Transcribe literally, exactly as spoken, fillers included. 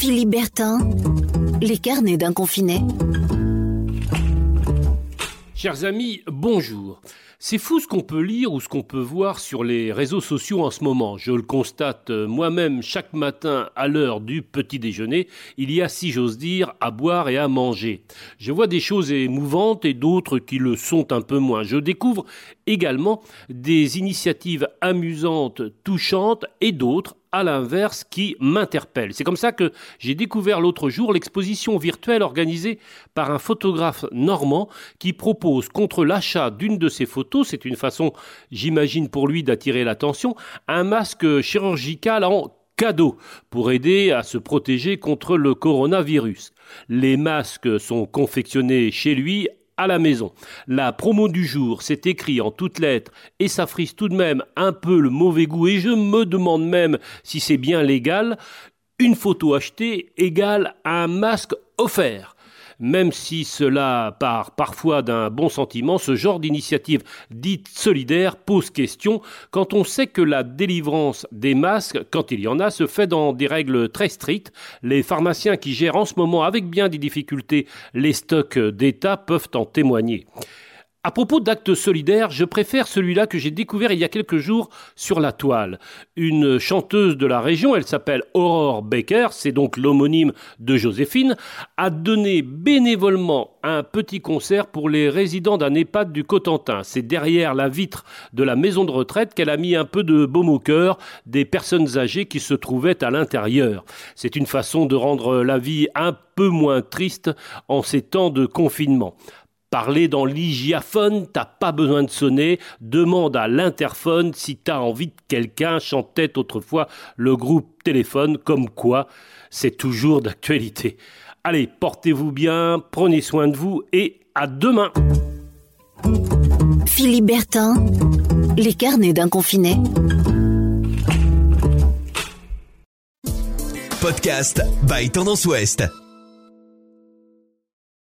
Philippe Bertin, les carnets d'un confiné. Chers amis, bonjour. C'est fou ce qu'on peut lire ou ce qu'on peut voir sur les réseaux sociaux en ce moment. Je le constate moi-même chaque matin à l'heure du petit déjeuner. Il y a, si j'ose dire, à boire et à manger. Je vois des choses émouvantes et d'autres qui le sont un peu moins. Je découvre également des initiatives amusantes, touchantes et d'autres, à l'inverse, qui m'interpellent. C'est comme ça que j'ai découvert l'autre jour l'exposition virtuelle organisée par un photographe normand qui propose contre l'achat d'une de ses photos, c'est une façon, j'imagine pour lui, d'attirer l'attention, un masque chirurgical en cadeau pour aider à se protéger contre le coronavirus. Les masques sont confectionnés chez lui à la maison. La promo du jour, c'est écrit en toutes lettres et ça frise tout de même un peu le mauvais goût et je me demande même si c'est bien légal. Une photo achetée égale un masque offert. Même si cela part parfois d'un bon sentiment, ce genre d'initiative dite solidaire pose question quand on sait que la délivrance des masques, quand il y en a, se fait dans des règles très strictes. Les pharmaciens qui gèrent en ce moment avec bien des difficultés les stocks d'État peuvent en témoigner. À propos d'actes solidaires, je préfère celui-là que j'ai découvert il y a quelques jours sur la toile. Une chanteuse de la région, elle s'appelle Aurore Baker, c'est donc l'homonyme de Joséphine, a donné bénévolement un petit concert pour les résidents d'un EHPAD du Cotentin. C'est derrière la vitre de la maison de retraite qu'elle a mis un peu de baume au cœur des personnes âgées qui se trouvaient à l'intérieur. C'est une façon de rendre la vie un peu moins triste en ces temps de confinement. Parler dans l'hygiaphone, t'as pas besoin de sonner, demande à l'interphone si t'as envie de quelqu'un, chantait autrefois le groupe Téléphone, comme quoi c'est toujours d'actualité. Allez, portez-vous bien, prenez soin de vous et à demain. Philippe Bertin, les carnets d'un confiné. Podcast by Tendance Ouest.